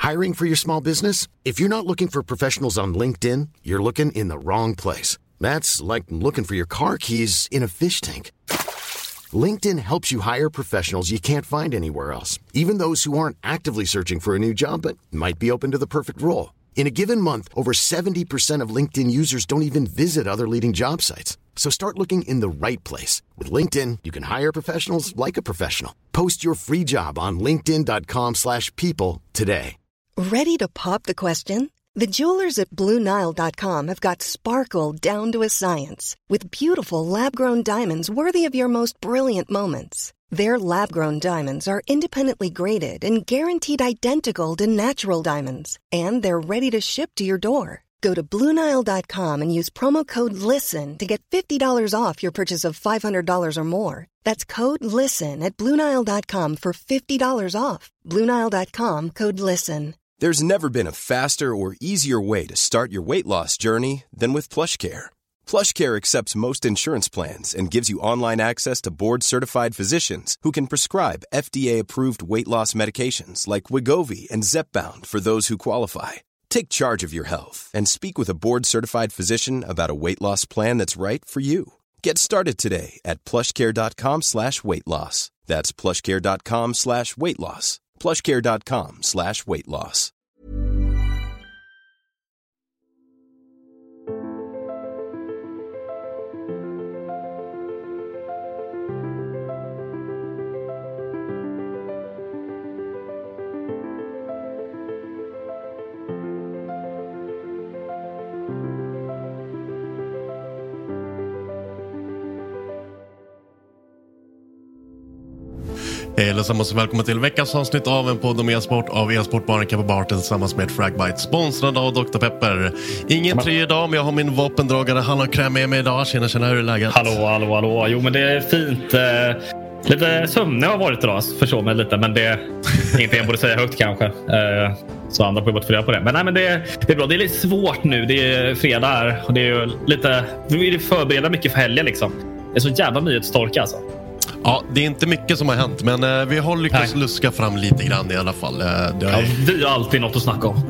Hiring for your small business? If you're not looking for professionals on LinkedIn, you're looking in the wrong place. That's like looking for your car keys in a fish tank. LinkedIn helps you hire professionals you can't find anywhere else, even those who aren't actively searching for a new job but might be open to the perfect role. In a given month, over 70% of LinkedIn users don't even visit other leading job sites. So start looking in the right place. With LinkedIn, you can hire professionals like a professional. Post your free job on linkedin.com/people today. Ready to pop the question? The jewelers at BlueNile.com have got sparkle down to a science with beautiful lab-grown diamonds worthy of your most brilliant moments. Their lab-grown diamonds are independently graded and guaranteed identical to natural diamonds. And they're ready to ship to your door. Go to BlueNile.com and use promo code LISTEN to get $50 off your purchase of $500 or more. That's code LISTEN at BlueNile.com for $50 off. BlueNile.com, code LISTEN. There's never been a faster or easier way to start your weight loss journey than with PlushCare. PlushCare accepts most insurance plans and gives you online access to board-certified physicians who can prescribe FDA-approved weight loss medications like Wegovy and Zepbound for those who qualify. Take charge of your health and speak with a board-certified physician about a weight loss plan that's right for you. Get started today at plushcare.com/weightloss. That's plushcare.com/weightloss. plushcare.com/weightloss. Allesammans och välkommen till veckans avsnitt av en podd om e-sport av e-sportbaren Kevin Barton tillsammans med Fragbite, sponsrad av Dr. Pepper. Ingen tre idag, men jag har min vapendragare Hanna Kräm med mig idag. Tjena, hur är läget? Hallå. Jo, men det är fint. Lite sömnig har varit idag, förstår mig lite, men det är inte jag borde säga högt kanske. Så andra får ju bara fundera på det. Men nej, men det är bra. Det är lite svårt nu. Det är fredag här och det är ju lite, vi vill förbereda mycket för helgen liksom. Det är så jävla nyhetstorka alltså. Ja, det är inte mycket som har hänt, men vi har lyckats luska fram lite grann i alla fall. Vi har alltid något att snacka om.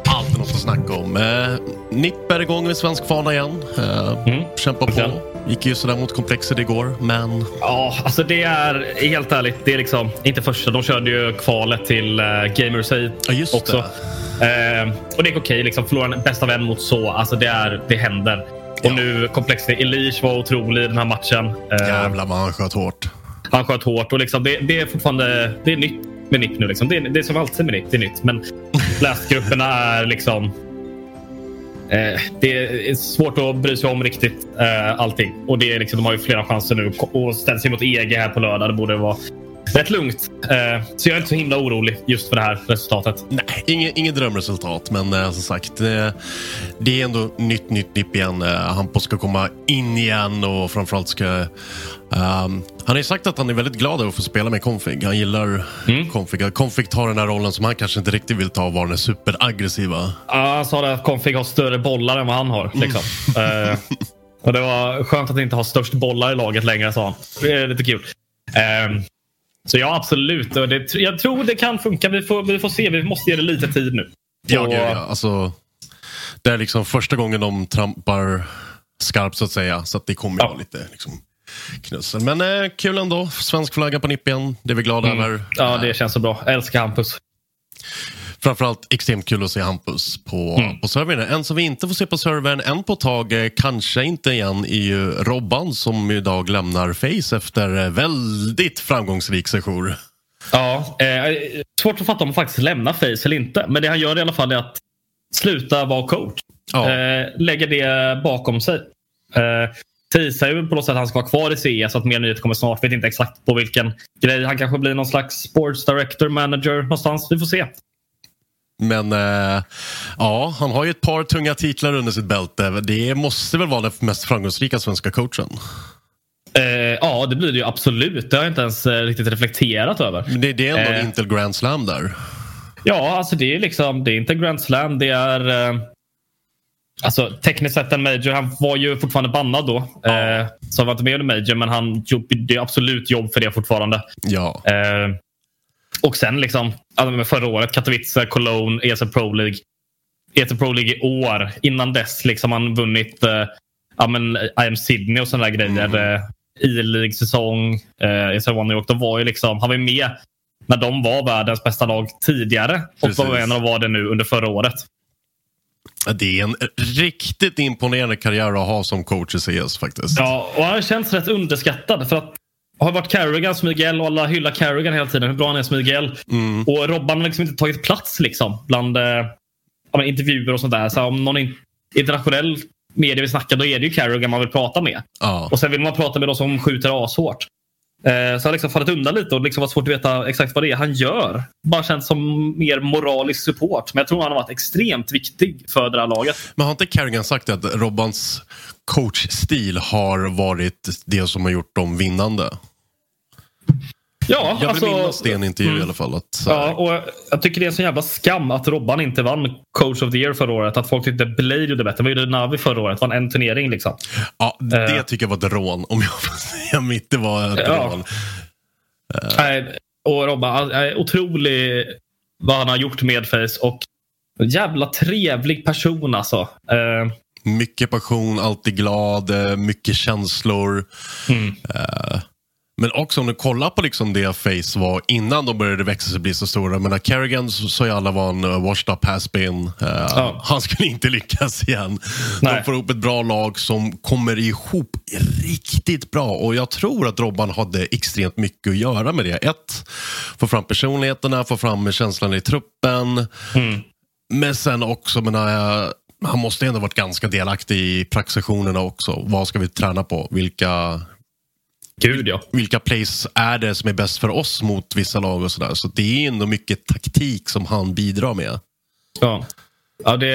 NIP är igång med svensk fana igen. Kämpa på. Gick ju sådär mot Komplexet igår, men... Ja, alltså det är helt ärligt, det är liksom inte första. De körde ju kvalet till Gamersay också. Och det är okej, liksom förlora en bästa vän mot så. Alltså det händer. Och nu Komplexet, Elish var otrolig i den här matchen. Jävlar vad han sköt hårt. Han sköt hårt och liksom, det är fortfarande, det är nytt med NIP nu liksom. Det är som alltid med NIP, det är nytt. Men läsgrupperna är liksom det är svårt att bry sig om riktigt allting. Och det är liksom, de har ju flera chanser nu att ställa sig mot EG här på lördag. Det borde vara rätt lugnt. Så jag är inte så himla orolig just för det här resultatet. Nej, inget drömresultat. Men som sagt, det är ändå nytt NIP igen. Hampus ska komma in igen och framförallt ska... han har ju sagt att han är väldigt glad att få spela med Config. Han gillar Config. Config tar den här rollen som han kanske inte riktigt vill ta och vara den superaggressiva. Ja, han sa att Config har större bollar än vad han har. Liksom. Och det var skönt att inte ha störst bollar i laget längre, sa han. Det är lite kul. Så ja, absolut. Jag tror det kan funka. Vi får se. Vi måste ge det lite tid nu. Ja. Alltså, det är liksom första gången de trampar skarpt så att säga. Så att det kommer vara lite liksom knussel. Men kul ändå. Svensk flagga på NIP igen. Det är vi glada över. Ja, det känns så bra. Jag älskar Hampus. Framförallt extremt kul att se Hampus på servern. En som vi inte får se på servern än på tag, kanske inte igen, är ju Robban som idag lämnar Face efter väldigt framgångsrik sejour. Ja, svårt att fatta om han faktiskt lämnar Face eller inte. Men det han gör i alla fall är att sluta vara coach. Ja. Lägger det bakom sig. Teasar ju på något sätt att han ska vara kvar i CS, så att mer nyheter kommer snart. Vet inte exakt på vilken grej. Han kanske blir någon slags sports director, manager någonstans. Vi får se. Men ja, han har ju ett par tunga titlar under sitt bälte. Det måste väl vara den mest framgångsrika svenska coachen? Ja, det blir det ju absolut. Det har jag inte ens riktigt reflekterat över. Men det är ändå en Intel Grand Slam där. Ja, alltså det är liksom, det är inte Grand Slam. Det är alltså tekniskt sett en major. Han var ju fortfarande bannad då. Så han var inte med i major, men det är absolut jobb för det fortfarande. Ja. Och sen liksom förra året Katowice, Cologne, ESL Pro League. ESL Pro League i år. Innan dess liksom han vunnit IM Sydney och sådana där grejer. E-League-säsong, ESL One New York. Han var ju med när de var världens bästa lag tidigare. Och var en av det nu under förra året. Det är en riktigt imponerande karriär att ha som coach i CS faktiskt. Ja, och han känns rätt underskattad för att har varit Carrigans Miguel och alla hyllar Carrigan hela tiden. Hur bra han är som Miguel. Och Robban har liksom inte tagit plats liksom bland intervjuer och sånt där. Så om någon internationell media vill snacka, då är det ju Carrigan man vill prata med. Och sen vill man prata med de som skjuter ashårt. Så har liksom fallit undan lite och liksom var svårt att veta exakt vad det är han gör. Bara känns som mer moralisk support. Men jag tror han har varit extremt viktig för det här laget. Men har inte Carrigan sagt att Robbans coachstil har varit det som har gjort dem vinnande? Ja, jag vill minnas det i en intervju i alla fall. Ja, och jag tycker det är en sån jävla skam att Robban inte vann Coach of the Year förra året. Att folk tyckte Blade gjorde bättre. Vad gjorde Navi förra året? Vann en turnering liksom. Ja, det tycker jag var ett rån. Om jag får säga mitt, det var ett rån. Och Robban är otrolig vad han har gjort med Face. Och en jävla trevlig person alltså. Mycket passion, alltid glad, mycket känslor. Men också om du kollar på liksom det Face var innan de började växa sig bli så stora. Men när Carrigan så ju alla var en washed up has-been. Han skulle inte lyckas igen. De får upp ett bra lag som kommer ihop riktigt bra. Och jag tror att Robban hade extremt mycket att göra med det. Få fram personligheterna, få fram känslan i truppen. Men sen också, han måste ändå varit ganska delaktig i praxissionerna också. Vad ska vi träna på? Vilka plays är det som är bäst för oss mot vissa lag och sådär. Så det är ändå mycket taktik som han bidrar med. Ja, det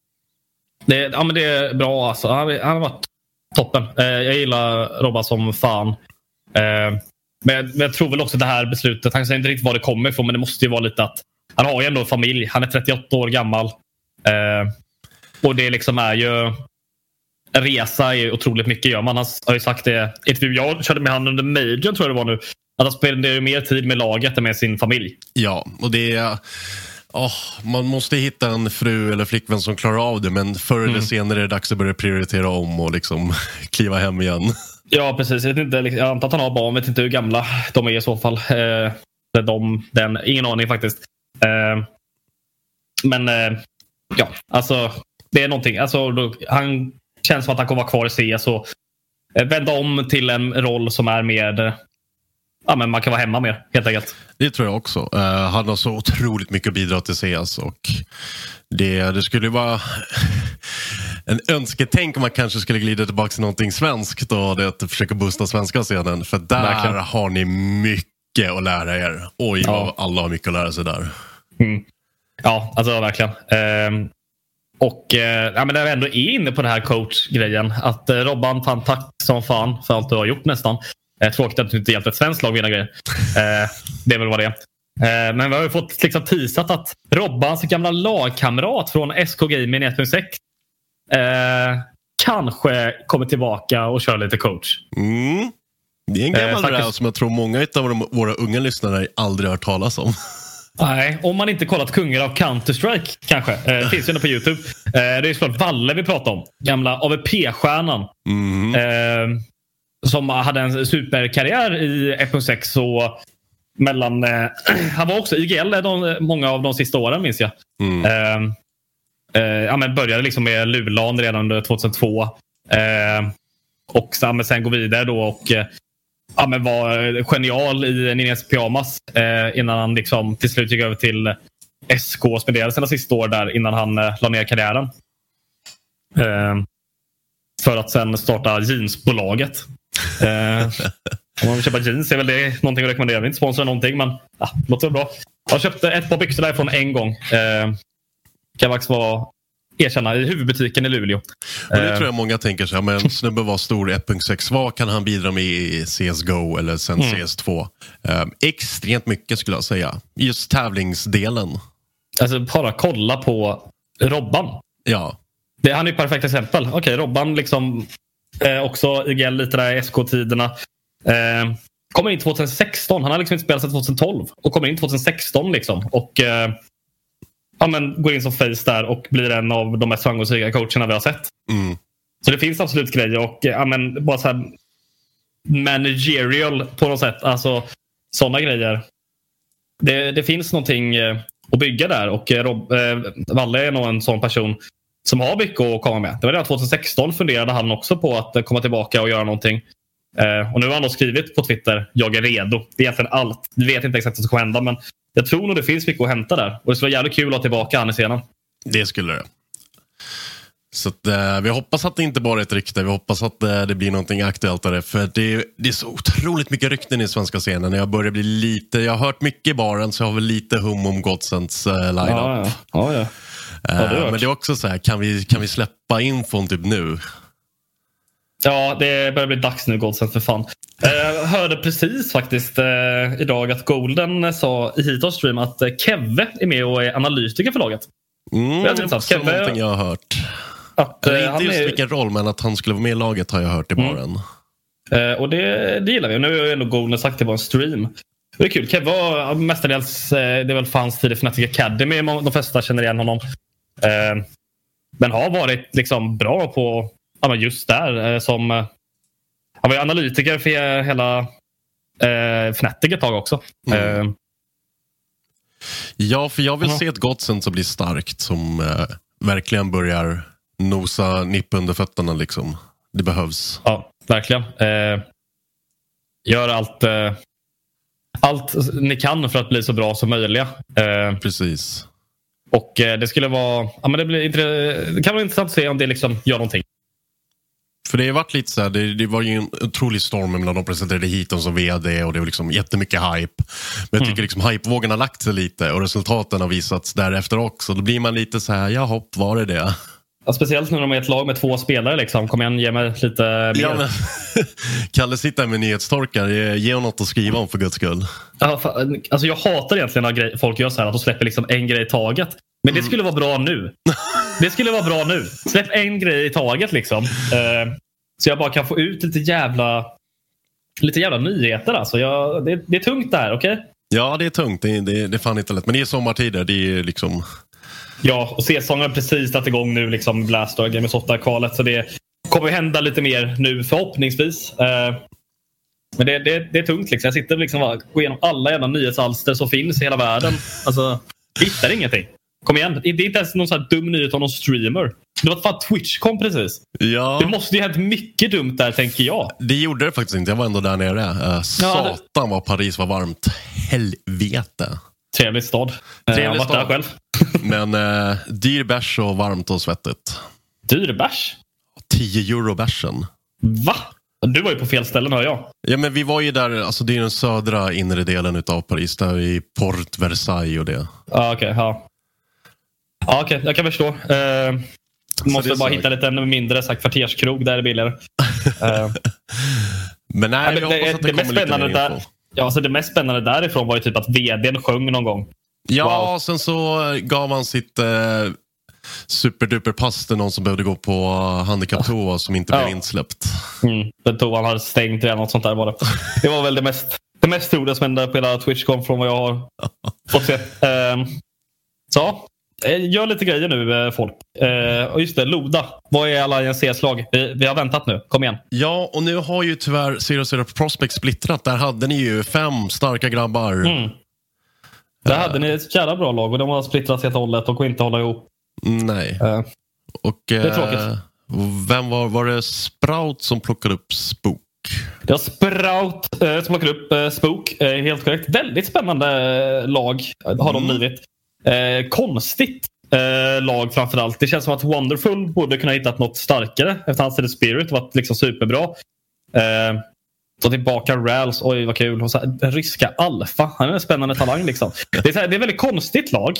är bra alltså. Han har varit toppen. Jag gillar Robban som fan. Men jag tror väl också det här beslutet, han säger inte riktigt var det kommer ifrån, men det måste ju vara lite att han har ju ändå familj. Han är 38 år gammal. Och det liksom är ju en resa är otroligt mycket. Han har ju sagt det. Jag körde med han under Major tror jag det var nu. Att han spenderar mer tid med laget än med sin familj. Ja, och det är... man måste hitta en fru eller flickvän som klarar av det. Men förr eller senare är det dags att börja prioritera om och liksom kliva hem igen. Ja, precis. Jag antar att han har barn. Vet inte hur gamla de är i så fall. Ingen aning faktiskt. Men ja, alltså det är någonting. Alltså, han känns som att han kommer vara kvar i CS och vända om till en roll som är mer... Ja, men man kan vara hemma mer, helt enkelt. Det tror jag också. Han har så otroligt mycket att bidra till CS och det skulle vara en önsketänk om man kanske skulle glida tillbaka till någonting svenskt och det att försöka boosta svenska scenen. För där verkligen har ni mycket att lära er. Oj, vad alla har mycket att lära sig där. Ja, alltså verkligen. Och men när jag ändå är inne på det här coach-grejen, att Robban, fan tack som fan för allt du har gjort nästan. Tråkigt att du inte hjälpt ett svenskt lag vinna grejer. Det är väl vad det är. Men vi har ju fått liksom teasat att Robbans gamla lagkamrat från SK Gaming 1.6 kanske kommer tillbaka och kör lite coach. Det är en gammal räv som jag tror många av våra unga lyssnare aldrig har hört talas om. Nej, om man inte kollat Kungar av Counter-Strike kanske. Det finns ju på YouTube. Det är såklart Valle vi pratar om. Gamla AVP-stjärnan. Som hade en superkarriär i 1.6 och mellan... han var också IGL många av de sista åren, minns jag. Men började liksom med Lulan redan under 2002. Och sen gå vidare då och... men var genial i Ninjas Pyjamas innan han liksom till slut gick över till SK och spenderade sina sista år där innan han la ner karriären. För att sen starta jeansbolaget. Om man vill köpa jeans är väl det någonting att rekommendera. Jag vill inte sponsra någonting, men låter bra. Jag köpte ett par byxor därifrån en gång. Kan faktiskt erkänna i huvudbutiken i Luleå. Och det tror jag många tänker sig. Men snubben var stor 1.6. Vad kan han bidra med i CSGO eller sen CS2? Extremt mycket skulle jag säga. Just tävlingsdelen. Alltså bara kolla på Robban. Ja. Han är ett perfekt exempel. Okej, Robban liksom också IGL lite där SK-tiderna. kommer in 2016. Han har liksom inte spelat sedan 2012 och kommer in 2016 liksom. Och går in som face där och blir en av de mest framgångsrika coacherna vi har sett. Så det finns absolut grejer och bara så här managerial på något sätt. Alltså sådana grejer. Det finns någonting att bygga där och Valle är nog en sån person som har mycket att komma med. Det var redan 2016 funderade han också på att komma tillbaka och göra någonting. Och nu har han då skrivit på Twitter: jag är redo. Det är egentligen allt. Vi vet inte exakt vad som ska hända, men jag tror nog det finns mycket att hämta där. Och det skulle vara jävligt kul att ha tillbaka han i scenen. Det skulle det. Så att, vi hoppas att det inte bara är ett rykte. Vi hoppas att det blir någonting aktuellt där. För det är så otroligt mycket rykten i svenska scenen. Jag börjar bli lite... Jag har hört mycket i baren, så jag har väl lite hum om Godsends line-up. Ja. Men det är också så här, kan vi släppa infon typ nu? Ja, det börjar bli dags nu, Godsend, för fan. Jag hörde precis faktiskt idag att Golden sa i Heat Stream att Kevve är med och är analytiker för laget. Det är någonting jag har hört. Inte just vilken roll, men att han skulle vara med i laget har jag hört i baren. Och det gillar vi. Nu har ju ändå Golden sagt att det var en stream. Det är kul. Kev var mestadels, det är väl fanns tid i Fnatic Academy. De flesta känner igen honom. Men har varit liksom bra på just där. Han var ju analytiker för hela Fnatic ett tag också. Ja, för jag vill se ett Godsend som blir starkt, som verkligen börjar nosa nipp under fötterna liksom. Det behövs. Ja, verkligen. Gör allt ni kan för att bli så bra som möjliga. Precis. Och det skulle vara... det kan vara intressant att se om det liksom gör någonting. För det har varit lite så här, det var ju en otrolig storm när de presenterade Heaton som vd och det var liksom jättemycket hype. Men jag tycker liksom hypevågen har lagt sig lite och resultaten har visats därefter också. Då blir man lite så här, jaha, var det det? Ja, speciellt när de är ett lag med 2 spelare liksom. Kom igen, ge mig lite mer. Ja, men Kalle sitter med nyhetstorkar. Ge honom något att skriva om för guds skull. Alltså jag hatar egentligen när folk gör så här att de släpper liksom en grej i taget. Men det skulle vara bra nu. Det skulle vara bra nu. Släpp en grej i taget liksom. Så jag bara kan få ut lite jävla nyheter alltså. Det är tungt där, okej? Okay? Ja, det är tungt. Det är fan inte lätt. Men det är sommartider. Det är liksom... Ja, och säsongen har precis satt igång nu liksom, Blast och Games 8-kvalet. Så det kommer att hända lite mer nu förhoppningsvis. Men det är tungt liksom. Jag sitter liksom och går igenom alla jävla nyhetsalster som finns i hela världen. Alltså, hittar ingenting. Kom igen, det är inte ens någon sån här dum nyhet om någon streamer. Det var fan Twitch kom precis. Ja. Det måste ju ha hänt mycket dumt där, tänker jag. Det gjorde det faktiskt inte, jag var ändå där nere. Satan vad Paris var varmt. Helvete. Trevlig stad. Jag har varit där själv. Men dyr bärs och varmt och svettigt. Dyr bärs? 10 euro bärsen. Va? Du var ju på fel ställen, hör jag. Ja, men vi var ju där, alltså det är den södra inre delen utav Paris, där i Port Versailles och det. Okej, jag kan förstå. Måste bara hitta lite mindre kvarterskrog där är billigare. Men nej, jag hoppas att det kommer lite mer info. Ja, alltså det mest spännande därifrån var ju typ att vdn sjöng någon gång. Ja, wow. Sen så gav han sitt superduper pass till någon som behövde gå på handikapptoa som inte blev insläppt. Den toan hade stängt eller något sånt där var det. Det var väl det mest roliga som hände på hela TwitchCon från vad jag har fått se. Så, gör lite grejer nu folk. Och just det, Loda. Vad är alla CS-lag? Vi har väntat nu, kom igen. Ja, och nu har ju tyvärr Zero Prospect splittrat. Där hade ni ju 5 starka grabbar. Där hade ni ett jävla bra lag och de har splittrat helt och hållet och inte hålla ihop. Nej. Och det är tråkigt. Vem var det Sprout som plockade upp Spook? Det var Sprout som plockade upp Spook. Helt korrekt. Väldigt spännande lag har de blivit. Konstigt lag framförallt. Det känns som att Wonderful borde kunna hittat något starkare efter hans Spirit var liksom superbra. Så tillbaka Rals, oj vad kul. Och så här, ryska Alpha, han är en spännande talang liksom. Det är ett väldigt konstigt lag.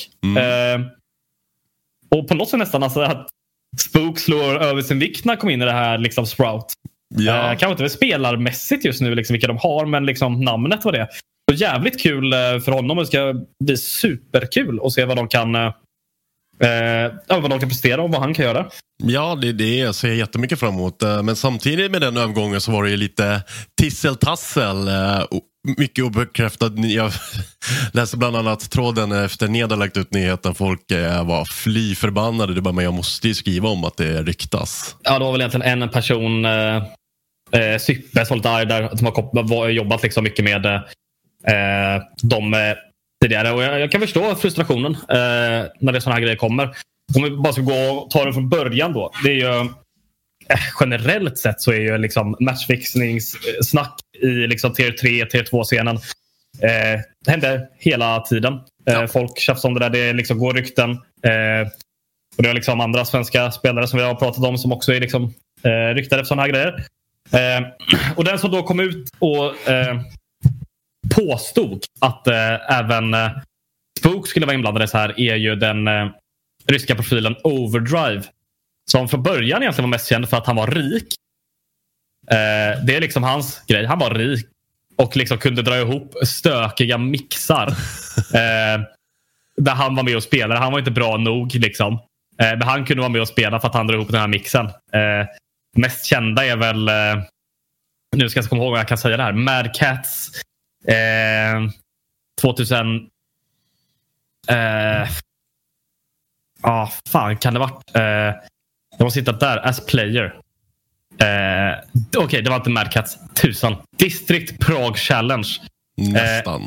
Och på något sätt nästan alltså, att Spook slår över sin vikt när han kom in i det här liksom Sprout. Kanske inte spelarmässigt just nu liksom, vilka de har, men liksom namnet var det. Så jävligt kul för honom. Det ska bli superkul att se vad de kan vad de kan prestera och vad han kan göra. Ja, det ser jag jättemycket fram emot. Men samtidigt med den övergången så var det ju lite tisseltassel. Mycket obekräftad. Jag läste bland annat tråden efter Neda lagt ut nyheten. Folk var fly förbannade. Det bara, men jag måste ju skriva om att det ryktas. Ja, det var väl egentligen en person, Syppe, som lite arg där. Som har jobbat liksom mycket med de tidigare. Och jag kan förstå frustrationen när det sådana här grejer kommer. Om vi bara ska gå och ta det från början då. Det är ju generellt sett så är ju liksom matchfixningssnack i liksom tier 3, tier 2-scenen. Det händer hela tiden. Folk tjafsar om det där. Det liksom går rykten. Och det är liksom andra svenska spelare som vi har pratat om som också är liksom ryktade för sådana här grejer. Och den som då kom ut och påstod att även Spook skulle vara inblandad så här är ju den ryska profilen Overdrive, som från början egentligen var mest känd för att han var rik. Det är liksom hans grej. Han var rik och liksom kunde dra ihop stökiga mixar där han var med och spelade. Han var inte bra nog liksom. Men han kunde vara med och spela för att han drog ihop den här mixen. Mest kända är väl nu ska jag komma ihåg vad jag kan säga det här. Mad Cats 2000 fan kan det varit jag måste sitta där as player. Okej, det var inte Mad Cats. 1000 District Prague Challenge. Nästan.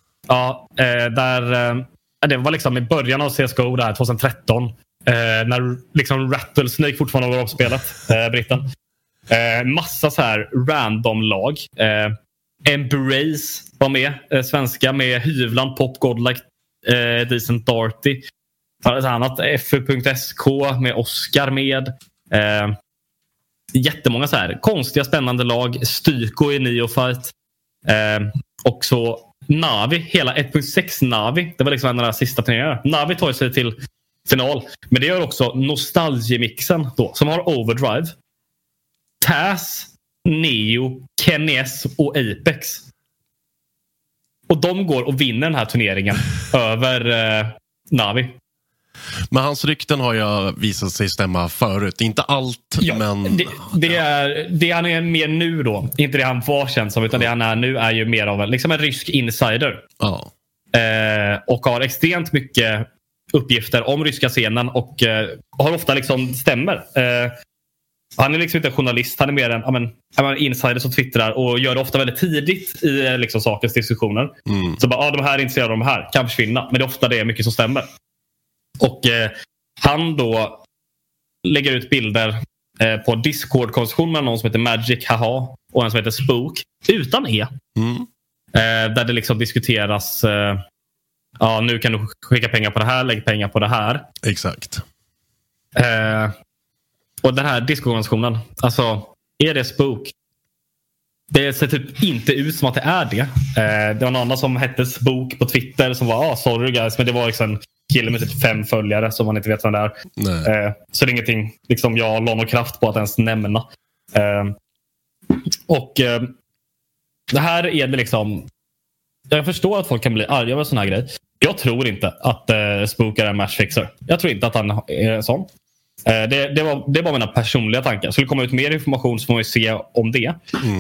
Där det var liksom i början av CSGO där 2013 när liksom Rattlesnake fortfarande var uppspelat, britten. Massa så här random lag. Embrace var med, svenska med Hyvland, Pop, Godlike, Decent Darty. Ett annat fu.sk med Oscar med. Jättemånga så här konstiga, spännande lag. Styko i Neophyte. Och så Navi, hela 1.6 Navi. Det var liksom en av de sista turneringarna. Navi tar sig till final. Men det gör också Nostalgimixen då, som har Overdrive, Taz, Neo, Kenny S och Apex. Och de går och vinner den här turneringen över Navi. Men hans rykten har ju visat sig stämma förut. Inte allt, men... Det han är mer nu då. Inte det han var känd som, utan det han är nu är ju mer av liksom en rysk insider. Ja. Och har extremt mycket uppgifter om ryska scenen och har ofta liksom stämmer. Han är liksom inte en journalist. Han är mer en insider som twittrar och gör det ofta väldigt tidigt i liksom sakens diskussioner. Så bara, de här är intresserade av de här. Kan försvinna. Men det är ofta det är mycket som stämmer. Och han då lägger ut bilder på Discord-konversation med någon som heter Magic Haha och en som heter Spook utan E. Där det liksom diskuteras nu kan du skicka pengar på det här, lägg pengar på det här. Exakt. Och den här Discord-konversationen, alltså är det Spook? Det ser typ inte ut som att det är det. Det var någon annan som hette Spook på Twitter som var sorry guys, men det var liksom en kille med typ 5 följare som man inte vet vem det är. Så det är ingenting liksom jag la någon kraft på att ens nämna. Det här är det liksom, jag förstår att folk kan bli arga över sån här grej. Jag tror inte att Spook är en matchfixer. Jag tror inte att han är en sån. Det var mina personliga tankar. Skulle det komma ut mer information så får vi se om det.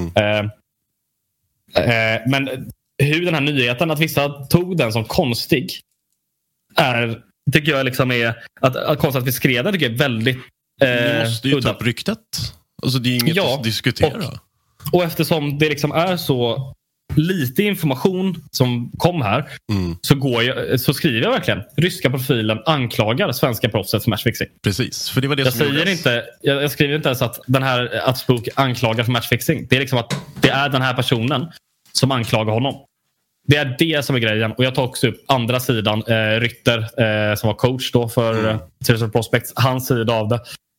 Men hur den här nyheten, att vissa tog den som konstig, tycker jag liksom är att konstigt att vi skrev det, tycker jag är väldigt ni måste ju ta upp ryktet. Alltså det är inget att diskutera. Och eftersom det liksom är så lite information som kom här, så skriver jag verkligen ryska profilen anklagar svenska proffset för matchfixing. Precis, för det var det jag skriver inte ens att Spook anklagar för matchfixing. Det är liksom att det är den här personen som anklagar honom. Det är det som är grejen. Och jag tar också upp andra sidan, Rytter som var coach då för Serious Prospects, hans sida av det.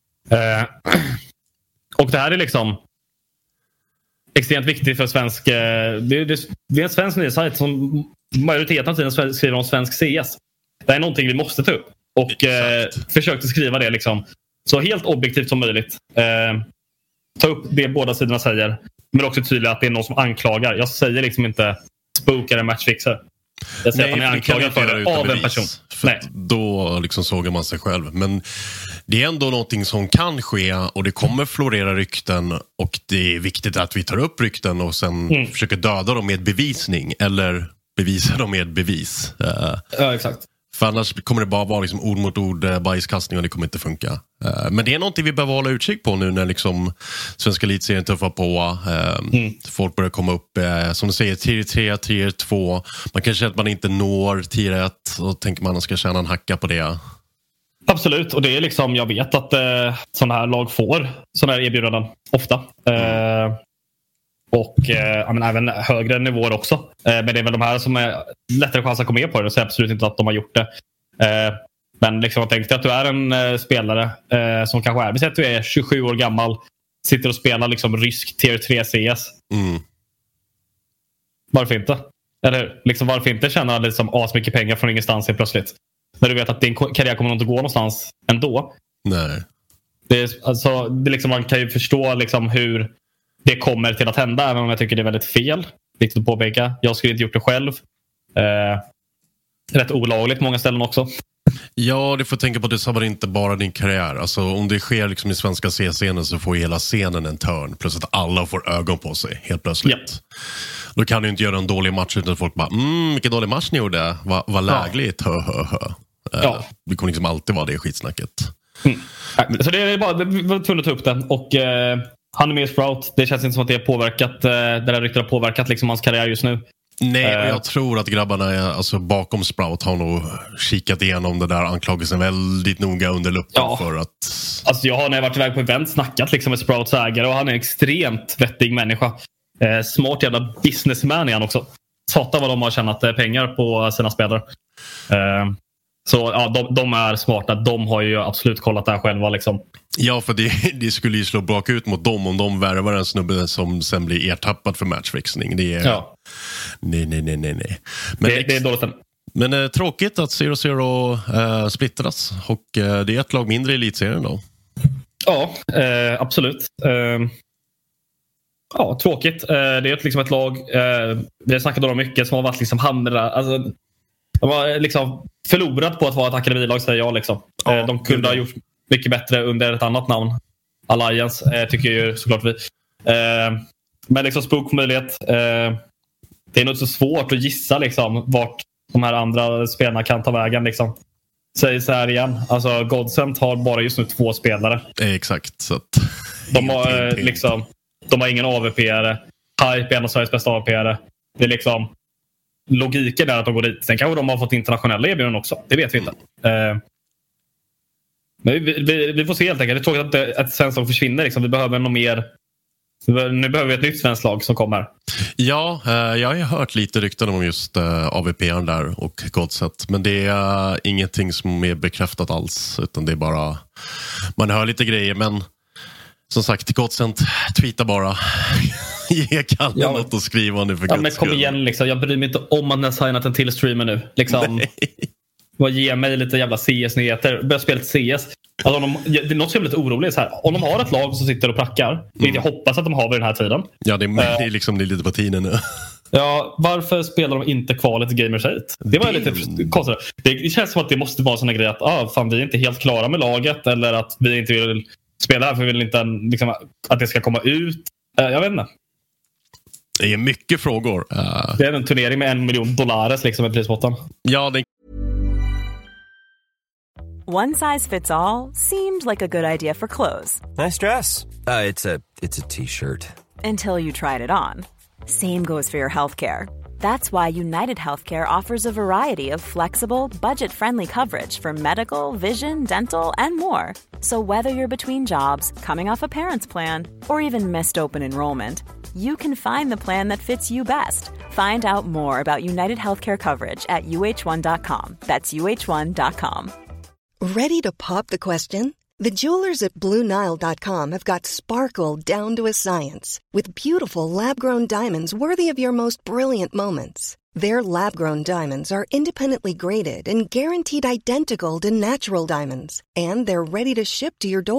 Och det här är liksom extremt viktigt för svensk... Det är en svensk nyhetssajt som majoriteten av tiden skriver om svensk CS. Det är någonting vi måste ta upp. Och försökte skriva det liksom så helt objektivt som möjligt. Ta upp det båda sidorna säger. Men också tydligt att det är någon som anklagar. Jag säger liksom inte Spook är en matchfixer. Jag säger att han är anklagad för det av en person. För då liksom sågar man sig själv. Men det är ändå någonting som kan ske och det kommer florera rykten och det är viktigt att vi tar upp rykten och sen försöker döda dem med bevisning eller bevisa dem med bevis. Ja, exakt. För annars kommer det bara vara liksom ord mot ord, bajskastning och det kommer inte funka. Men det är någonting vi behöver hålla utkik på nu när liksom svenska elitserien tuffar på. Folk börjar komma upp, som du säger, tier 3, tier 2. Man kanske känner att man inte når tier 1 och tänker man ska tjäna en hacka på det. Absolut, och det är liksom, jag vet att sådana här lag får sådana här erbjudanden ofta. Och men även högre nivåer också. Men det är väl de här som är lättare chans att komma med på det. Så jag absolut inte att de har gjort det. Men liksom, jag tänkte att du är en spelare som kanske är, vi säger att du är 27 år gammal, sitter och spelar liksom rysk tier 3 CS. Varför inte? Eller liksom, varför inte tjäna liksom asmycket pengar från ingenstans helt plötsligt? När du vet att din karriär kommer inte gå någonstans ändå. Nej. Det är liksom, man kan ju förstå liksom hur det kommer till att hända, även om jag tycker det är väldigt fel. Viktigt att påpeka. Jag skulle inte gjort det själv. Rätt olagligt många ställen också. Ja, du får tänka på att det sabbar inte bara din karriär. Alltså om det sker liksom i svenska C-scenen så får hela scenen en törn. Plus att alla får ögon på sig helt plötsligt. Yep. Då kan du inte göra en dålig match utan folk bara, vilken dålig match ni gjorde. Vad lägligt, Ja. Det kommer liksom alltid vara det skitsnacket. Så det är bara, vi var tvungna att ta upp den. Och han är med i Sprout. Det känns inte som att det har påverkat, det där ryktet har påverkat liksom hans karriär just nu. Nej, jag tror att grabbarna alltså, bakom Sprout har nog kikat igenom det där anklagelsen väldigt noga under luppen för att... Alltså jag har när jag varit iväg på event snackat liksom med Sprouts ägare och han är en extremt vettig människa. Smart jävla businessman är han också. Satan vad de har tjänat pengar på sina spelare. Så ja, de är smarta. De har ju absolut kollat det här själva liksom. Ja, för det skulle ju slå bak ut mot dem om de värvar en snubbe som sen blir ertappad för matchfixning. Det är... Ja. Nej. Men det är dåligt. Men tråkigt att 0-0 splittras. Och det är ett lag mindre i elitserien då. Ja, absolut. Ja, tråkigt. Det är liksom ett lag, vi har snackat om mycket, som har varit liksom hamra. Alltså, de har liksom förlorat på att vara ett akademilag, säger jag liksom. De kunde ha gjort mycket bättre under ett annat namn. Alliance, tycker ju såklart vi. Men liksom Spook möjlighet. Det är nog så svårt att gissa liksom vart de här andra spelarna kan ta vägen liksom. Säger så här igen. Alltså Godsent har bara just nu 2 spelare. Exakt. Så att... De har liksom, de har ingen AVP-are. Hype är en av Sveriges bästa AVP-are. Det är liksom logiken är att de går dit. Sen kanske de har fått internationella erbjudanden också. Det vet vi inte. Men vi får se helt enkelt. Det är tråkigt att svenskt lag försvinner. Liksom. Vi behöver något mer. Nu behöver vi ett nytt svenskt lag som kommer. Ja, jag har hört lite rykten om just AVP-aren där och Godset. Men det är ingenting som är bekräftat alls. Utan det är bara... Man hör lite grejer, men... Som sagt, Godset, tweeta bara. Ge Kalle något att skriva om det för men kom igen, liksom. Jag bryr mig inte om att ni har signat en till streamer nu. Liksom, ge mig lite jävla CS-nyheter. Börja spela ett CS. Alltså, det är något som är lite oroligt så här. Om de har ett lag som sitter och prackar, vilket jag hoppas att de har vid den här tiden. Ja, det är liksom det är lite på tiden nu. Ja, varför spelar de inte kvalet i Gamers 8? Det var lite konstigt. Det känns som att det måste vara såna grejer att fan, vi är inte helt klara med laget, eller att vi inte vill spela här för vi vill inte liksom, att det ska komma ut. Jag vet inte. Det är mycket frågor. Det är en turnering med $1 million liksom i prisbotten. Ja, det... One size fits all seemed like a good idea for clothes. Nice dress. It's a t-shirt. Until you tried it on. Same goes for your healthcare. That's why United Healthcare offers a variety of flexible, budget-friendly coverage for medical, vision, dental, and more. So whether you're between jobs, coming off a parent's plan, or even missed open enrollment, you can find the plan that fits you best. Find out more about United Healthcare coverage at uh1.com. That's uh1.com. Ready to pop the question? The jewelers at BlueNile.com have got sparkle down to a science with beautiful lab-grown diamonds worthy of your most brilliant moments. Their lab-grown diamonds are independently graded and guaranteed identical to natural diamonds, and they're ready to ship to your door.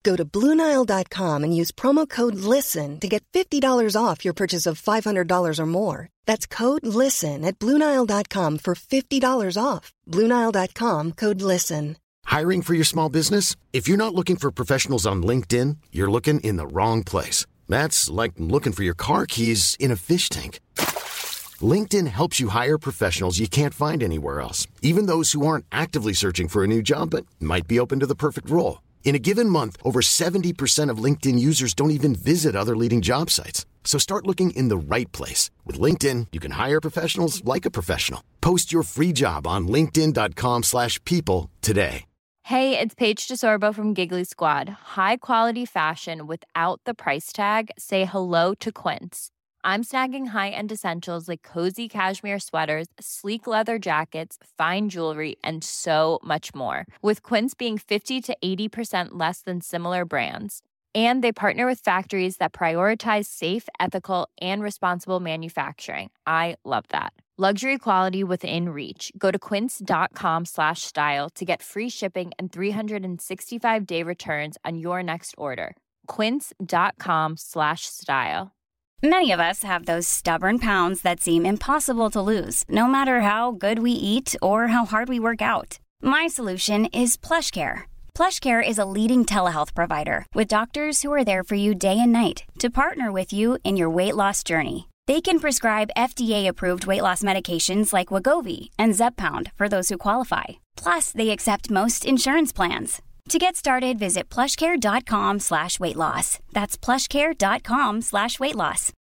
Go to BlueNile.com and use promo code LISTEN to get $50 off your purchase of $500 or more. That's code LISTEN at BlueNile.com for $50 off. BlueNile.com, code LISTEN. Hiring for your small business? If you're not looking for professionals on LinkedIn, you're looking in the wrong place. That's like looking for your car keys in a fish tank. LinkedIn helps you hire professionals you can't find anywhere else, even those who aren't actively searching for a new job but might be open to the perfect role. In a given month, over 70% of LinkedIn users don't even visit other leading job sites. So start looking in the right place. With LinkedIn, you can hire professionals like a professional. Post your free job on linkedin.com/people today. Hey, it's Paige DeSorbo from Giggly Squad. High quality fashion without the price tag. Say hello to Quince. I'm snagging high-end essentials like cozy cashmere sweaters, sleek leather jackets, fine jewelry, and so much more. With Quince being 50 to 80% less than similar brands. And they partner with factories that prioritize safe, ethical, and responsible manufacturing. I love that. Luxury quality within reach. Go to quince.com/style to get free shipping and 365-day returns on your next order. Quince.com/style. Many of us have those stubborn pounds that seem impossible to lose, no matter how good we eat or how hard we work out. My solution is PlushCare. PlushCare is a leading telehealth provider with doctors who are there for you day and night to partner with you in your weight loss journey. They can prescribe FDA-approved weight loss medications like Wegovy and Zepbound for those who qualify. Plus, they accept most insurance plans. To get started, visit plushcare.com/weightloss. That's plushcare.com/weightloss.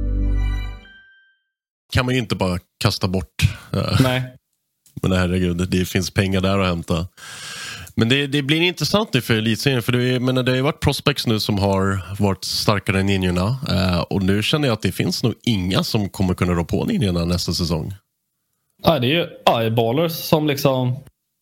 Kan man ju inte bara kasta bort. Nej. Men herregud, det finns pengar där att hämta. Men det blir intressant nu för elitserien. För det har ju varit prospects nu som har varit starkare än ninjorna. Och nu känner jag att det finns nog inga som kommer kunna rå på ninjorna nästa säsong. Ja, det är ju eyeballers som liksom...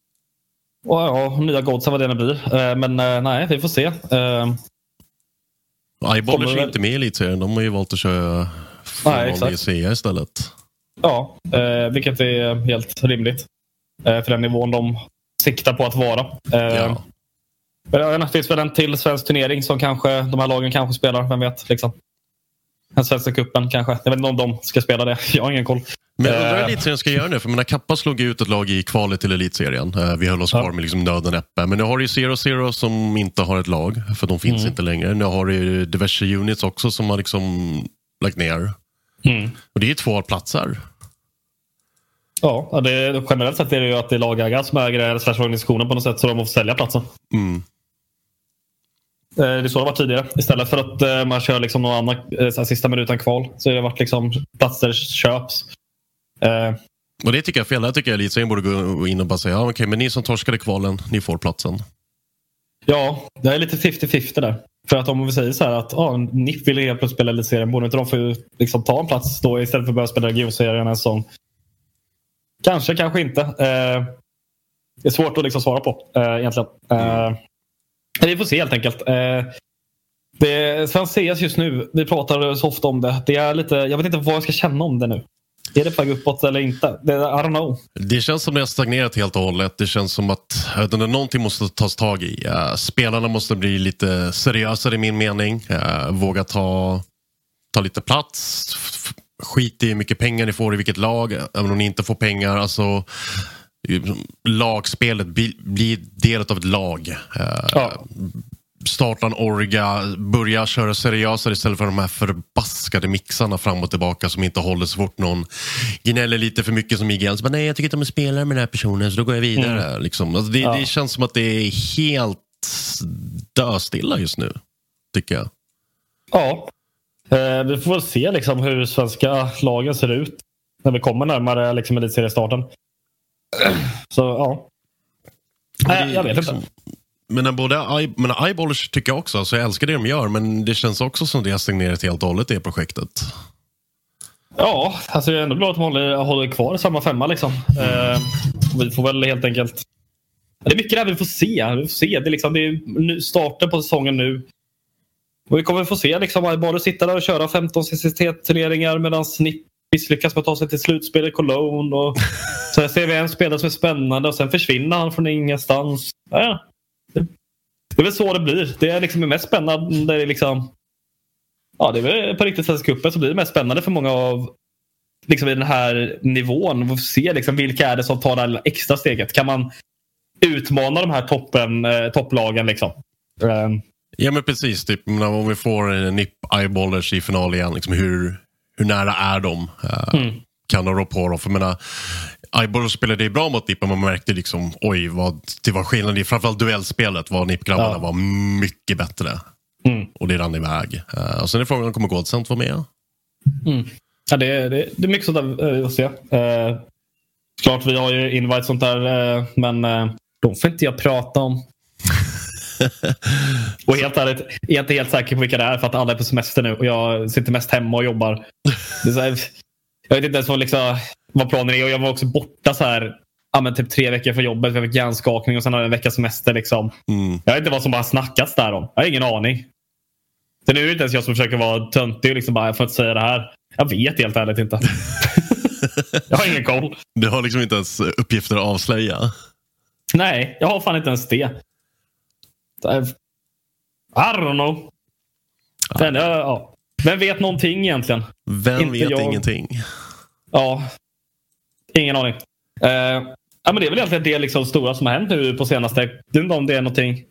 nya godsen vad det blir. Men nej, vi får se. Eyeballers är inte med i elitserien. De har ju valt att köra full CA istället. Ja, vilket är helt rimligt. För den nivån de siktar på att vara. Ja. Men det finns väl en till svensk turnering som kanske de här lagen kanske spelar. Vem vet, liksom. Den svenska kuppen kanske. Jag vet inte om de ska spela det. Jag har ingen koll. Men jag undrar elitserien ska göra det. För mina Kappa slog ut ett lag i kvalet till elitserien. Vi höll oss kvar med liksom nöden äppe. Men nu har du 0-0 som inte har ett lag. För de finns inte längre. Nu har du diverse units också som har liksom lagt ner. Och det är 2 platser. Ja, generellt sett är det ju att det är lagägare som äger organisationen på något sätt. Så de måste sälja platsen. Det är så det var tidigare. Istället för att man kör liksom någon annan sista minuten kval. Så har det varit liksom platser köps. Och det tycker jag är fel. Jag tycker att elitserien borde gå in och bara säga okej, men ni som torskade kvalen, ni får platsen. Ja, det är lite 50-50 där. För att om vi säger så här att NIP vill helt plötsligt spela elitserien, borde inte de få liksom ta en plats då istället för att börja spela regionserien en säsong? Kanske inte. Det är svårt att liksom svara på egentligen. Vi får se helt enkelt. Svensk CS just nu, vi pratar så ofta om det. Det är lite, jag vet inte vad jag ska känna om det nu. Är det på väg uppåt eller inte? I don't know. Det känns som det har stagnerat helt och hållet. Det känns som att någonting måste tas tag i. Spelarna måste bli lite seriösare i min mening. Våga ta lite plats. Skit i hur mycket pengar ni får i vilket lag. Även om ni inte får pengar. Alltså, lagspelet blir del av ett lag. Starta en orga, börja köra seriösare istället för de här förbaskade mixarna fram och tillbaka som inte håller så fort någon gnäller lite för mycket som IGL. Så bara, nej, jag tycker inte de spelar med den här personen så då går jag vidare. Liksom. Alltså det känns som att det är helt döstilla just nu, tycker jag. Ja, vi får väl se liksom hur svenska lagen ser ut när vi kommer närmare liksom elitseriestarten. Så ja. Jag vet inte. Men eyeballers tycker jag också, så jag älskar det de gör, men det känns också som det har stagnerat helt och hållet det projektet. Ja, alltså jag är ändå glad att de håller kvar samma 5 liksom. Vi får väl helt enkelt... Det är mycket där vi får se. Det är liksom, det är starten på säsongen nu. Och vi kommer få se liksom eyeballers sitta där och köra 15 CCT-turneringar medan Snipp misslyckas med att ta sig till slutspel i Cologne. Och sen ser vi en spelare som är spännande och sen försvinner han från ingenstans. Ja. Det är väl så det blir. Det är liksom mest spännande. Det är liksom, ja, det är väl på riktigt Svenska cupen så blir det mest spännande för många av liksom i den här nivån. Vi får se liksom vilka är det som tar det här extra steget. Kan man utmana de här topplagen liksom? Ja, men precis. Typ, om vi får en NIP Eyeballers i final igen, liksom, hur nära är de? Kan de rå på dem? För jag menar, Eyeballers spelade det bra mot NIP, men man märkte liksom, det var skillnad i framförallt duellspelet var NIP-grabbarna var mycket bättre. Och det rann iväg. Och sen är frågan om kommer Godsent vara med? Ja, det är mycket sånt där att se. Klart vi har ju invite sånt där, men de får inte jag prata om. Och helt ärligt, jag är inte helt säker på vilka det är för att alla är på semester nu och jag sitter mest hemma och jobbar. Det är så här, jag vet inte ens vad planen är, och jag var också borta så här typ 3 veckor från jobbet, jag fick hjärnskakning och sen har jag en veckas semester liksom. Jag vet inte vad som bara snackats där om. Jag har ingen aning. Så nu är det inte ens jag som försöker vara töntig och liksom bara, jag får inte säga det här. Jag vet helt ärligt inte. Jag har ingen koll. Du har liksom inte ens uppgifter att avslöja? Nej, jag har fan inte ens det. I don't know. Vem vet någonting egentligen? Vem inte vet jag. Ingenting? Ja, ingen aning. Men det är väl egentligen det liksom stora som har hänt nu på senaste. Jag vet inte om det är någonting.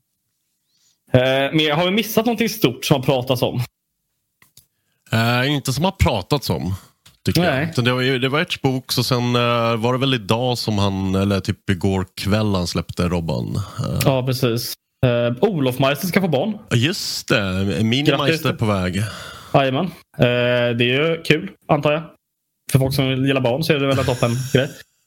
Men har vi missat någonting stort som har pratats om? Inte som har pratats om, tycker jag. Det var ett bok, och sen var det väl idag som han, eller typ igår kväll han släppte Robban. Ja, precis. Olof Meister ska få barn. Just det, Mini-Meister på väg. Jajamän. Det är ju kul, antar jag. För folk som gillar barn så är det väl en toppen grej.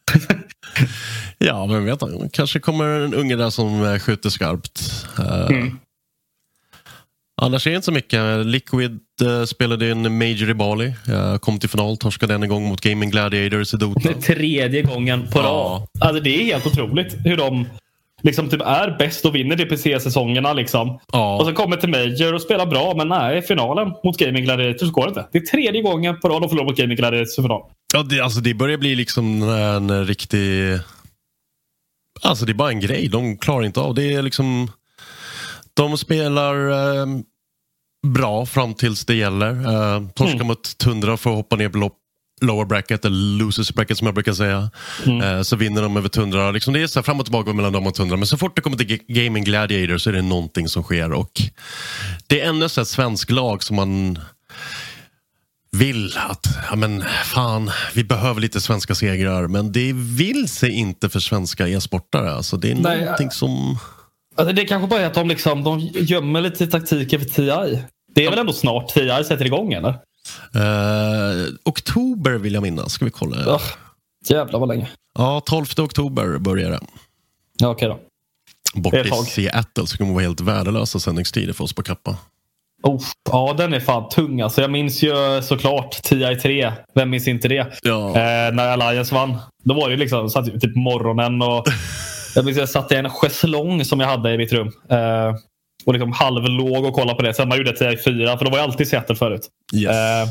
Ja, men vet jag. Kanske kommer en unge där som skjuter skarpt. Annars är det inte så mycket. Liquid spelade en Major i Bali. Kom till final, torskade en gång mot Gaming Gladiators i Dota. 3:e gången på rad. Alltså det är helt otroligt hur de liksom typ är bäst och vinner DPC-säsongerna liksom. Och så kommer till Major och spelar bra, men nej, finalen mot Gaming Gladiators går det inte. Det är 3:e gången på rad de förlorar mot Gaming Gladiators i final. Ja, det börjar bli liksom en riktig... Alltså det är bara en grej, de klarar inte av. Det är liksom... De spelar bra fram tills det gäller. Torskar mot Tundra för att hoppa ner på lower bracket, eller losers bracket som jag brukar säga. Så vinner de över Tundra. Liksom det är så här fram och tillbaka mellan dem och Tundra. Men så fort det kommer till Gaming Gladiator så är det någonting som sker. Och det är ännu så ett svensk lag som man vill att, vi behöver lite svenska segrar. Men det vill sig inte för svenska e-sportare. Alltså det är någonting som... Alltså det kanske bara är att de gömmer lite taktiker för TI. Det är väl ändå snart TI sätter igång, eller? Oktober vill jag minnas. Ska vi kolla? Jävlar vad länge. Ja, 12 oktober börjar det. Ja, okej då. Bort i Seattle så kommer det vara helt värdelösa sändningstider för oss på Kappa. Ja, den är fan tung. Alltså, jag minns ju såklart TI3. Vem minns inte det? Ja. När Alliance vann. Då var det liksom, satt ju typ morgonen och... Jag satt i en schäslong som jag hade i mitt rum. Och liksom halvlåg och kollade på det. Sen man gjorde TI4, för då var jag alltid i Seattle förut. Yes.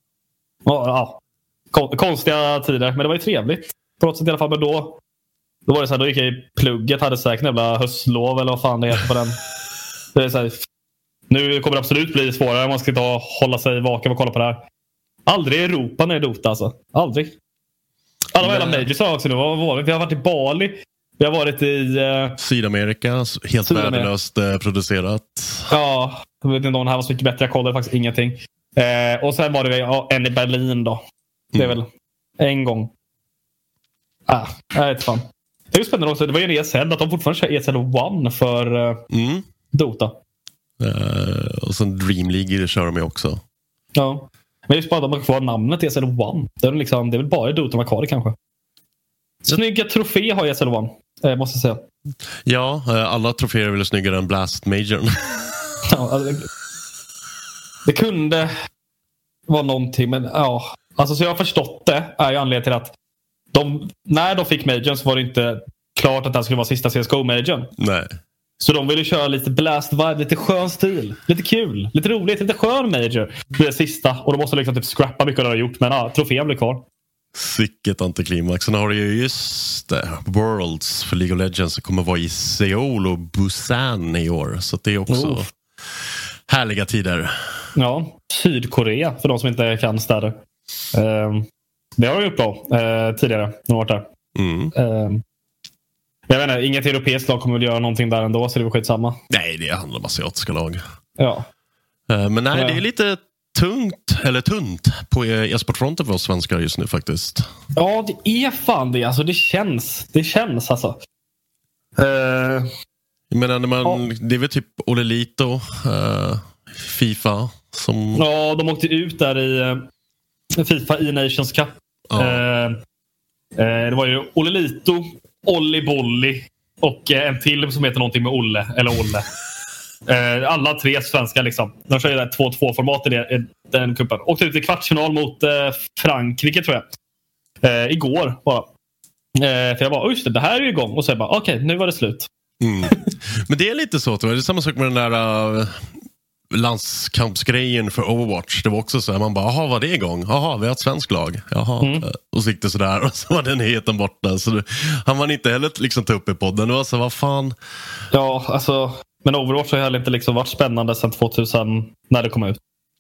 Konstiga tider, men det var ju trevligt. Trots att i alla fall, men då var det så här, då gick jag i plugget, hade säkert en jävla höstlov eller vad fan det heter på den. Det är så här, nu kommer det absolut bli svårare. Man ska inte hålla sig vaken och kolla på det här. Aldrig i Europa när det är Dota, alltså. Aldrig. Alla hela majors också nu. Vi har varit i Bali. Vi har varit i Sydamerika, helt värdelöst producerat. Ja, jag vet inte om det här var så mycket bättre. Jag kollade faktiskt ingenting. Och sen var det en i Berlin då. Det är väl en gång. Jag vet fan. Det är ju spännande också. Det var ju en ESL, att de fortfarande kör ESL 1 för Dota. Och sen Dream League kör de ju också. Ja, men just bara de har kvar namnet ESL 1. Det är väl bara Dota man kvar det kanske. Snygga trofé har ESL 1, måste jag säga. Ja, alla troféer är väl snyggare än Blast Major. Ja, alltså, det kunde vara någonting, men ja. Alltså så jag har förstått det är ju anledningen till att när de fick Major så var det inte klart att det skulle vara sista CSGO-Major. Nej. Så de ville köra lite blast vibe, lite skön stil, lite kul, lite roligt, lite skön Major. Det är sista, och de måste liksom typ scrappa mycket av det de har gjort, men trofén blir kvar. Sicket antiklimax. Sen har du ju just Worlds för League of Legends som kommer vara i Seoul och Busan i år. Så det är också härliga tider. Ja, Sydkorea för de som inte kan städer. Det har jag gjort bra tidigare. Jag har varit där. Jag vet inte, inget europeiskt lag kommer väl göra någonting där ändå, så det var skitsamma. Nej, det handlar om asiatiska lag. Ja. Men nej, det är lite tunt på e-sportfronten för oss svenskar just nu faktiskt. Ja, det är fan det. Alltså, det känns alltså. Jag menar, det är väl typ Olelito, FIFA som... Ja, de åkte ut där i FIFA E-Nations Cup. Det var ju Olelito, Olli Bolli och en till som heter någonting med Olle. Eller Olle. Alla tre svenska liksom. De kör ju där 2-2-format i den kuppen. Åkte ut i kvartsfinal mot Frankrike tror jag. Igår bara. För jag bara, just det här är ju igång. Och så jag bara, okej, nu var det slut. Men det är lite så, tror jag. Det är samma sak med den där landskampsgrejen för Overwatch. Det var också så här, man bara, jaha, var det igång? Jaha, vi har ett svensk lag. Jaha. Och så gick det sådär. Och så var den nyheten borta. Så han var inte heller liksom ta upp i podden. Det var så, vad fan? Ja, alltså... Men Overwatch har heller inte liksom varit spännande sedan 2000 när det kom ut.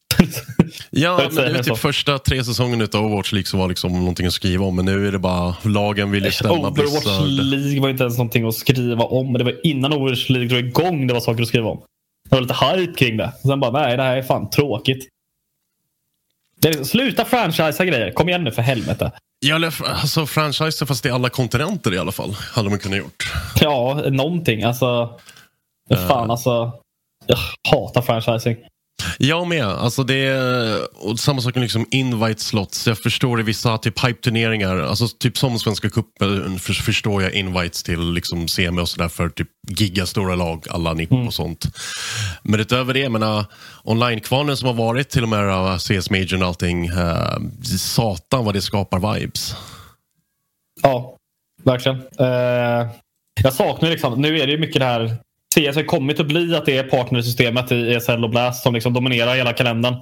Ja, men det är typ första 3 säsongerna utav Overwatch liksom var liksom någonting att skriva om. Men nu är det bara, lagen vill ju stämma Overwatch Blizzard. League var inte ens någonting att skriva om. Men det var innan Overwatch League drog igång det var saker att skriva om. Det var lite hype kring det. Och sen bara, nej, det här är fan tråkigt. Det är liksom, sluta franchisa grejer. Kom igen nu för helvete. Ja, alltså franchise fast det är alla kontinenter i alla fall. Hade man kunnat gjort. Ja, någonting. Alltså... Fan, alltså... Jag hatar franchising. Jag med. Alltså det är, och samma sak med liksom invite slots. Jag förstår i vissa typ hype-turneringar. Alltså typ som Svenska cupen förstår jag invites till liksom semi och sådär för typ gigastora lag, alla NIP och sånt. Men utöver det, jag menar, online-kvarnen som har varit till och med CS Major och allting, satan vad det skapar vibes. Ja, verkligen. Jag saknar liksom, nu är det ju mycket det här. CS har kommit att bli att det är partnersystemet i ESL och Blast som liksom dominerar hela kalendern.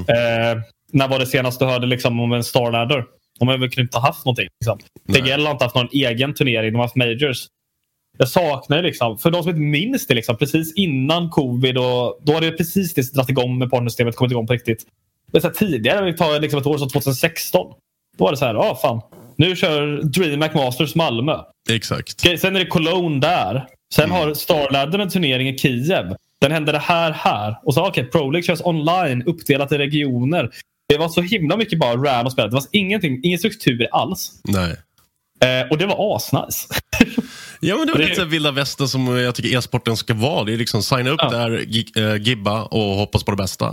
När var det senast du hörde liksom om en Star Ladder? De har väl knappt haft någonting. Liksom. TGL har inte haft någon egen turnering. De har haft majors. Jag saknar liksom, för de som inte minns det liksom, precis innan covid och då har det precis det dratt igång med partnersystemet kommit igång på riktigt. Men så här, tidigare, vi tar liksom ett år som 2016. Då var det så här, fan. Nu kör DreamHack Masters Malmö. Exakt. Sen är det Cologne där. Sen har Star Ladder en turnering i Kiev. Den hände det här. Och så Pro League körs online, uppdelat i regioner. Det var så himla mycket bara random spel. Det var ingen struktur alls. Nej. Och det var asnice. Ja, men det var lite vilda västern som jag tycker e-sporten ska vara. Det är liksom signa upp där, gibba och hoppas på det bästa.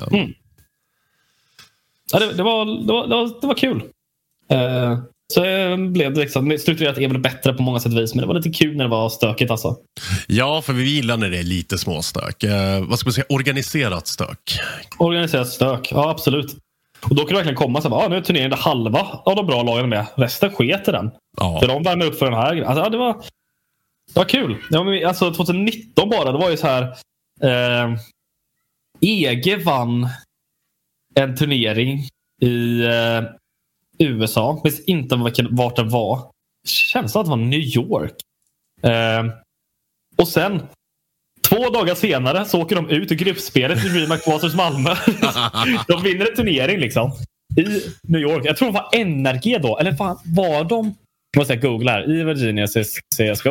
Ja, det var kul. Så blev det liksom, strukturerat är väl bättre på många sätt och vis, men det var lite kul när det var stökigt alltså. Ja, för vi gillar när det är lite småstök. Vad ska man säga? Organiserat stök. Organiserat stök, ja absolut. Och då kan det verkligen komma så här, nu är turneringen där halva av de bra lagen med. Resten sket i den. Ja. För de värmer upp för den här. Alltså, ja, det var kul. Alltså 2019 bara, det var ju så här EG vann en turnering i USA. Jag vet inte vart det var. Känns som att det var New York. Och sen 2 dagar senare så åker de ut i gruppspelet i DreamHack Masters Malmö. De vinner en turnering liksom i New York. Jag tror det var NRG då. Eller fan, var de? Jag måste googla här. I Virginia CSGO.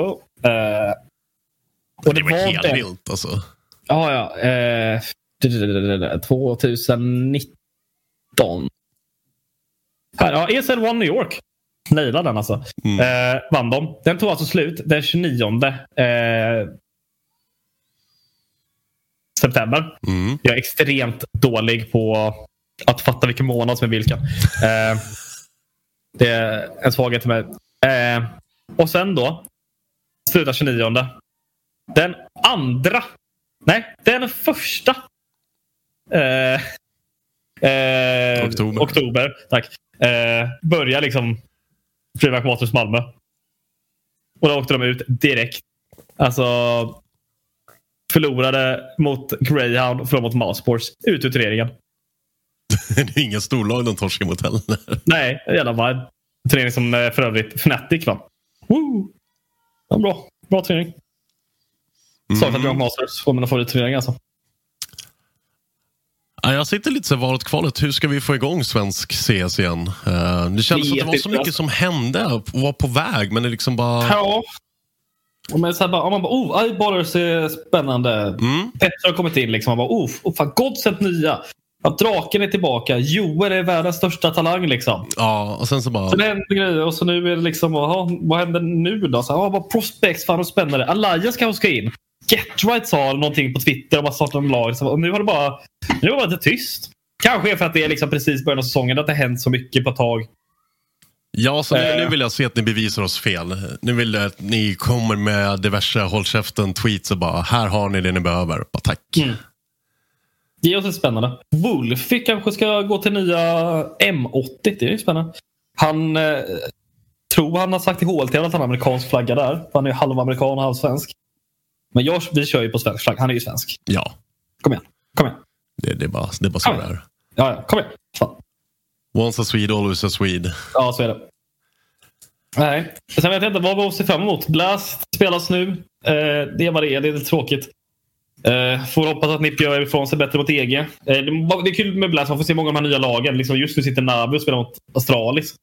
Och det var helt vilt alltså. Ja. 2019. Ja, ESL One New York. Nailade den alltså. Vann de. Den tog alltså slut den 29 september. Jag är extremt dålig på att fatta vilken månad som är vilken. Det är en svaghet till mig. Och sen då slutar 29. Den första oktober. Tack. Börjar liksom DreamHack Masters Malmö. Och då åkte de ut direkt. Alltså förlorade mot Greyhound och förlorade mot Mousesports ut ur turneringen. Det är inga storlag de torskar mot heller. Nej, jävla vibe. turnering som för övrigt Fnatic va? Woo! Ja, bra turnering. Saknar Grand Masters var mina favoritturneringar alltså. Ja, jag sitter lite så valet kvalet. Hur ska vi få igång svensk CS igen? Det kändes som att det var så mycket som hände och var på väg, men det liksom bara... Ja. Och men så här bara, man bara, Eyeballers är spännande. Petter har kommit in liksom. Man bara, fan, Godsent nya. Att draken är tillbaka. Joel är världens största talang liksom. Ja, och sen så bara... Så det händer grejer och så nu är det liksom, vad händer nu då? Så vad prospects, fan och spännande. Alliance kanske ska in. Getright sa någonting på Twitter om att starta en lag. Och nu var det bara lite tyst. Kanske är för att det är liksom precis början av säsongen att det har hänt så mycket på ett tag. Ja, så nu vill jag se att ni bevisar oss fel. Nu vill jag att ni kommer med diverse hållkäften tweets och bara, här har ni det ni behöver. Bara, tack. Det är också spännande. Wolfie kanske ska gå till nya M80. Det är ju spännande. Han tror han har sagt i HLT att han har amerikansk flagga där. Han är ju halvamerikan och halvsvensk. Men vi kör ju på svensk flagg. Han är ju svensk. Ja. Kom igen. Det är bara så det är. Ja, kom igen. Fan. Once a Swede, always a Swede. Ja, så är det. Nej. Sen vet jag inte vad vi ser fram emot. Blast spelas nu. Det är vad det är. Det är lite tråkigt. Får hoppas att Nipp gör ifrån sig bättre mot EG. Det är kul med Blast. Man får se många av de här nya lagen. Liksom just nu sitter Navi och spelar mot Astralis.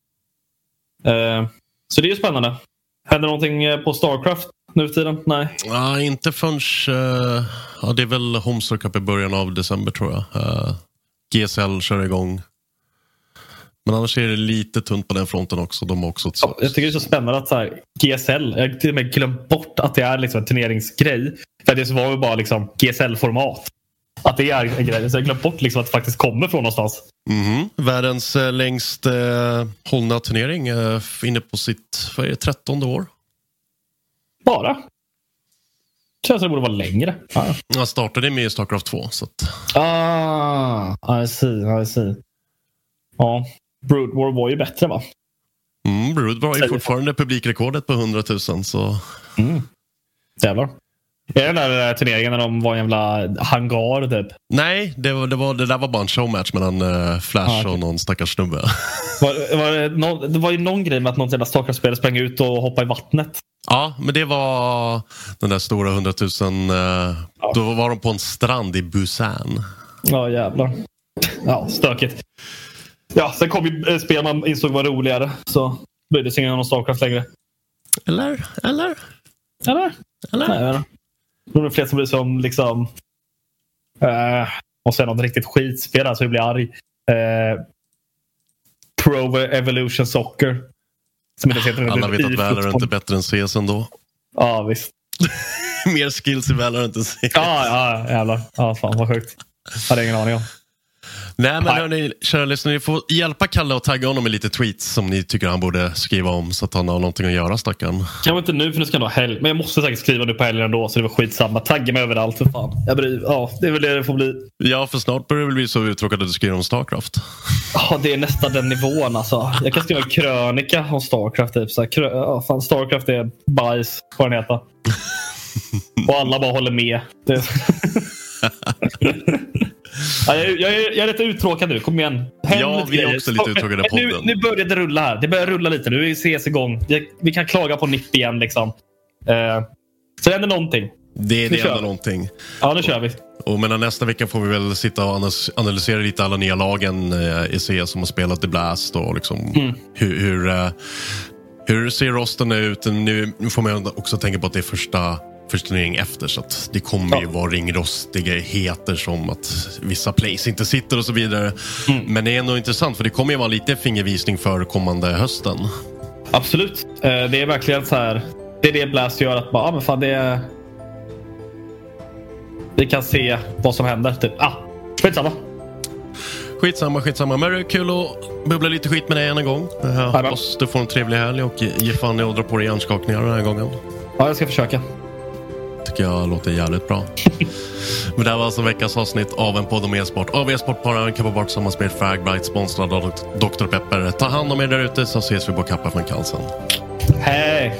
Så det är ju spännande. Händer någonting på Starcraft nu för tiden? Nej. Inte förrän... det är väl Homestar Cup i början av december tror jag. GSL kör igång. Men annars är det lite tunt på den fronten också. De har också jag tycker det är så spännande att så här, GSL, jag har till och med glömt bort att det är liksom en turneringsgrej. För det var ju bara liksom GSL-format. Att det är en grej. Så jag har glömt bort liksom att det faktiskt kommer från någonstans. Världens längst hållna turnering inne på sitt 13:e år. Bara? Känns som det borde vara längre. Jag startade med Starcraft 2. Så att... I see. Ja, Brood War var ju bättre va? Brood var ju fortfarande publikrekordet på 100 000 så... Jävlar. Är det den där turneringen när de var en jävla hangar typ? Nej, det där var bara en showmatch mellan Flash och någon stackars snubbe. Det var ju någon grej med att någon jävla Starcraft-spelare sprang ut och hoppade i vattnet. Ja, men det var den där stora 100 000... Då var de på en strand i Busan. Ja, jävlar. Ja, stökigt. Ja, sen kom ju spel man insåg var roligare. Så blev det ingen någon Starcraft längre. Eller? Nej, det är fler som blir som liksom... och sen något riktigt skitspel. Alltså jag blir arg. Pro Evolution Soccer. Som inte heter alla vet att Valorant är bättre än CS ändå. Ja, visst. Mer skills i Valorant än CS. Ja, jävlar. Ja, fan vad sjukt. Jag hade ingen aning om. Nej, men hörni, kära lyssnare, ni får hjälpa Kalle och tagga honom med lite tweets som ni tycker han borde skriva om så att han har någonting att göra, stackarn. Kan inte nu för nu ska han ha helg. Men jag måste säkert skriva nu på helgen ändå så det var skitsamma. Tagga mig överallt för fan. Det är väl det får bli. Ja, för snart börjar det väl bli så uttråkat att du skriver om Starcraft. Ja, det är nästan den nivån alltså. Jag kan skriva en krönika om Starcraft typ. Så här, fan, Starcraft är bajs, får den heta. Och alla bara håller med. Ja, jag är lite uttråkad nu, kom igen. Vi är också lite uttråkade på podden. Nu börjar det rulla här. Det börjar rulla lite, nu ses igång. Vi kan klaga på Nipp igen liksom. Så det händer någonting. Det händer någonting. Ja, nu kör vi. Och men nästa vecka får vi väl sitta och analysera lite alla nya lagen i CS som har spelat i Blast och liksom hur ser rosten ut? Nu får man också tänka på att det är första turnering efter så att det kommer ju vara ringrostiga heter som att vissa plays inte sitter och så vidare. Men det är ändå intressant för det kommer ju vara lite fingervisning för kommande hösten. Absolut. Det är verkligen så här. Det är det Blast gör att bara, men fan det är... Vi kan se vad som händer typ. Skitsamma. Men det är kul att bubbla lite skit med dig en gång. Hoppas du får en trevlig helg och ge fan och dra på dig hjärnskakningar den här gången. Ja, jag ska försöka. Tycker jag låter jävligt bra. Men det här var alltså veckans avsnitt av en podd om e-sport. Av e-sportparen Kappa tillsammans med Fragbrite, sponsrad av Dr. Pepper. Ta hand om er där ute så ses vi på Kappa från Karlsen. Hej!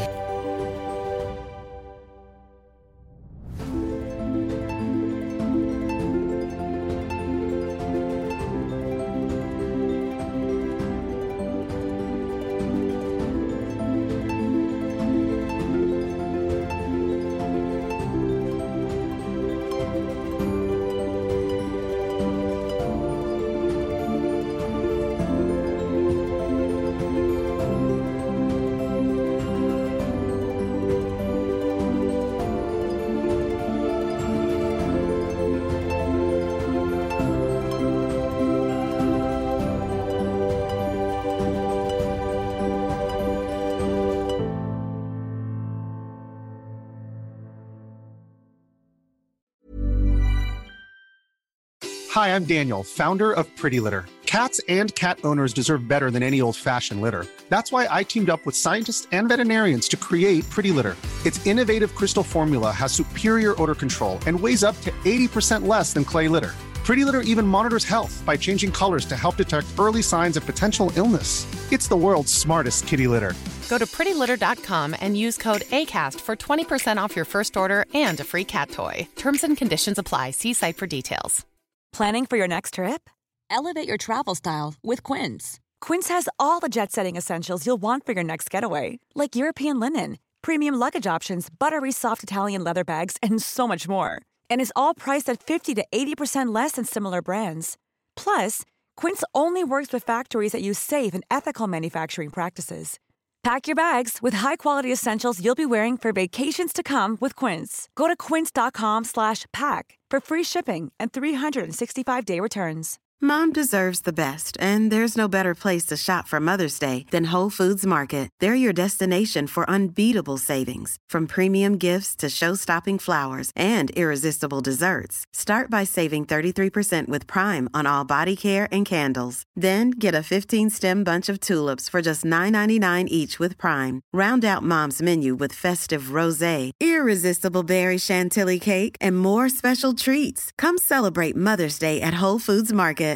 Hi, I'm Daniel, founder of Pretty Litter. Cats and cat owners deserve better than any old-fashioned litter. That's why I teamed up with scientists and veterinarians to create Pretty Litter. Its innovative crystal formula has superior odor control and weighs up to 80% less than clay litter. Pretty Litter even monitors health by changing colors to help detect early signs of potential illness. It's the world's smartest kitty litter. Go to prettylitter.com and use code ACAST for 20% off your first order and a free cat toy. Terms and conditions apply. See site for details. Planning for your next trip? Elevate your travel style with Quince. Quince has all the jet-setting essentials you'll want for your next getaway, like European linen, premium luggage options, buttery soft Italian leather bags, and so much more. And is all priced at 50 to 80% less than similar brands. Plus, Quince only works with factories that use safe and ethical manufacturing practices. Pack your bags with high-quality essentials you'll be wearing for vacations to come with Quince. Go to quince.com/pack for free shipping and 365-day returns. Mom deserves the best, and there's no better place to shop for Mother's Day than Whole Foods Market. They're your destination for unbeatable savings, from premium gifts to show-stopping flowers and irresistible desserts. Start by saving 33% with Prime on all body care and candles. Then get a 15-stem bunch of tulips for just $9.99 each with Prime. Round out Mom's menu with festive rosé, irresistible berry chantilly cake, and more special treats. Come celebrate Mother's Day at Whole Foods Market.